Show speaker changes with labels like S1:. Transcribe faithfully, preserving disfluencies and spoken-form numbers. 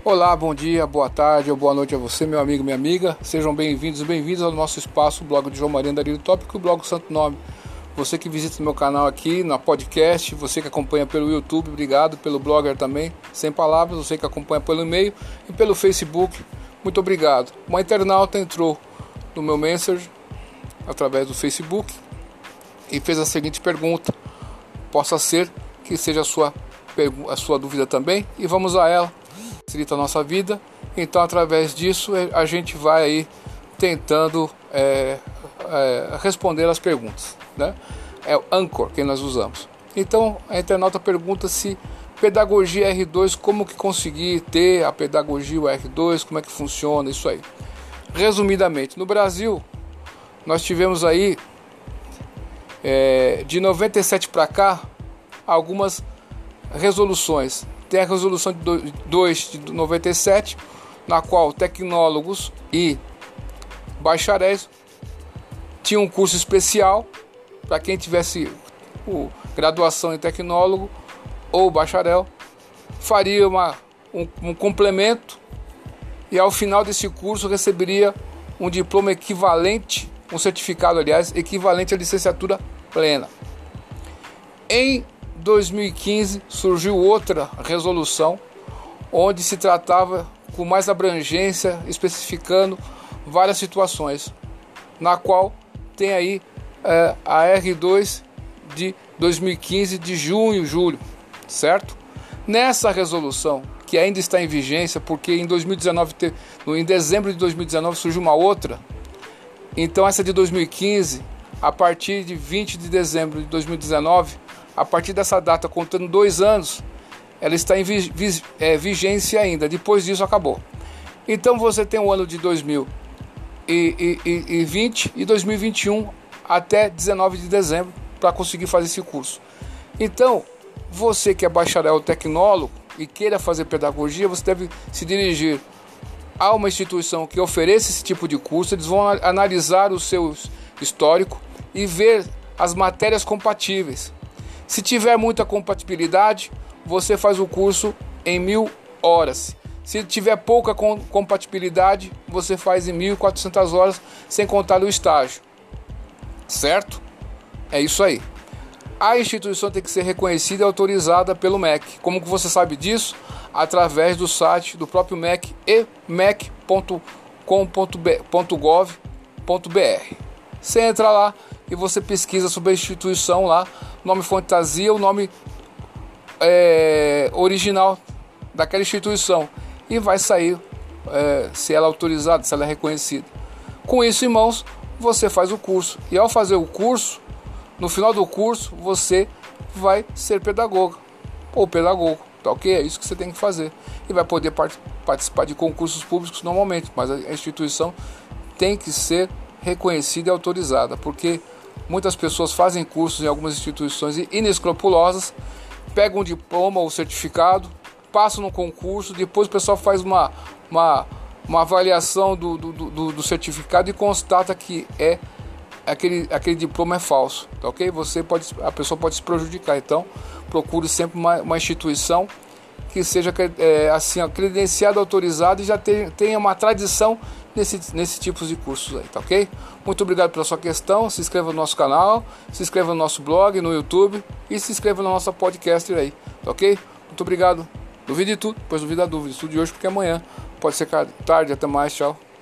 S1: Olá, bom dia, boa tarde ou boa noite a você, meu amigo, minha amiga. Sejam bem-vindos e bem-vindos ao nosso espaço, o blog de João Maria Andarilho Tópico e o blog Santo Nome. Você que visita o meu canal aqui, na podcast, você que acompanha pelo YouTube, obrigado, pelo blogger também, sem palavras, você que acompanha pelo e-mail e pelo Facebook, muito obrigado. Uma internauta entrou no meu Messenger, através do Facebook, e fez a seguinte pergunta, possa ser que seja a sua, a sua dúvida também, e vamos a ela. Facilita a nossa vida, então através disso a gente vai aí tentando é, é, responder as perguntas, né? É o Anchor que nós usamos. Então a internauta pergunta se pedagogia R dois, como que conseguir ter a pedagogia R dois, como é que funciona isso aí. Resumidamente, no Brasil nós tivemos aí é, de noventa e sete para cá algumas resoluções. Tem a resolução de dois de noventa e sete, na qual tecnólogos e bacharéis tinham um curso especial para quem tivesse o, graduação em tecnólogo ou bacharel, faria uma, um, um complemento e ao final desse curso receberia um diploma equivalente, um certificado, aliás, equivalente à licenciatura plena. Em dois mil e quinze surgiu outra resolução onde se tratava com mais abrangência, especificando várias situações, na qual tem aí é, a R dois de dois mil e quinze de junho, julho, certo? Nessa resolução, que ainda está em vigência, porque em dois mil e dezenove, em dezembro de dois mil e dezenove surgiu uma outra, então essa de dois mil e quinze, a partir de vinte de dezembro de dois mil e dezenove, a partir dessa data, contando dois anos, ela está em vi- vi- é, vigência ainda. Depois disso, acabou. Então, você tem o ano de dois mil e vinte e dois mil e vinte e um até dezenove de dezembro para conseguir fazer esse curso. Então, você que é bacharel tecnólogo e queira fazer pedagogia, você deve se dirigir a uma instituição que ofereça esse tipo de curso. Eles vão analisar o seu histórico e ver as matérias compatíveis. Se tiver muita compatibilidade, você faz o curso em mil horas. Se tiver pouca compatibilidade, você faz em mil e quatrocentas horas, sem contar o estágio. Certo? É isso aí. A instituição tem que ser reconhecida e autorizada pelo M E C. Como que você sabe disso? Através do site do próprio M E C, e m e c ponto com ponto gov ponto b r. Você entra lá e você pesquisa sobre a instituição lá, nome fantasia, o nome é, original daquela instituição, e vai sair é, se ela é autorizada, se ela é reconhecida. Com isso em mãos, você faz o curso, e ao fazer o curso, no final do curso, você vai ser pedagoga ou pedagogo, tá ok? É isso que você tem que fazer, e vai poder part- participar de concursos públicos normalmente, mas a instituição tem que ser reconhecida e autorizada, porque muitas pessoas fazem cursos em algumas instituições inescrupulosas, pegam um diploma ou certificado, passam no concurso, depois o pessoal faz uma, uma, uma avaliação do, do, do, do certificado e constata que é, aquele, aquele diploma é falso, tá ok? Você pode, a pessoa pode se prejudicar, então procure sempre uma, uma instituição que seja é, assim, ó, credenciada, autorizada e já tenha, tenha uma tradição nesse, nesse tipo de cursos aí, tá ok? Muito obrigado pela sua questão, se inscreva no nosso canal, se inscreva no nosso blog, no YouTube e se inscreva na nossa podcast aí, tá ok? Muito obrigado, duvide de tudo, depois duvide da dúvida, estude hoje porque amanhã pode ser tarde, até mais, tchau.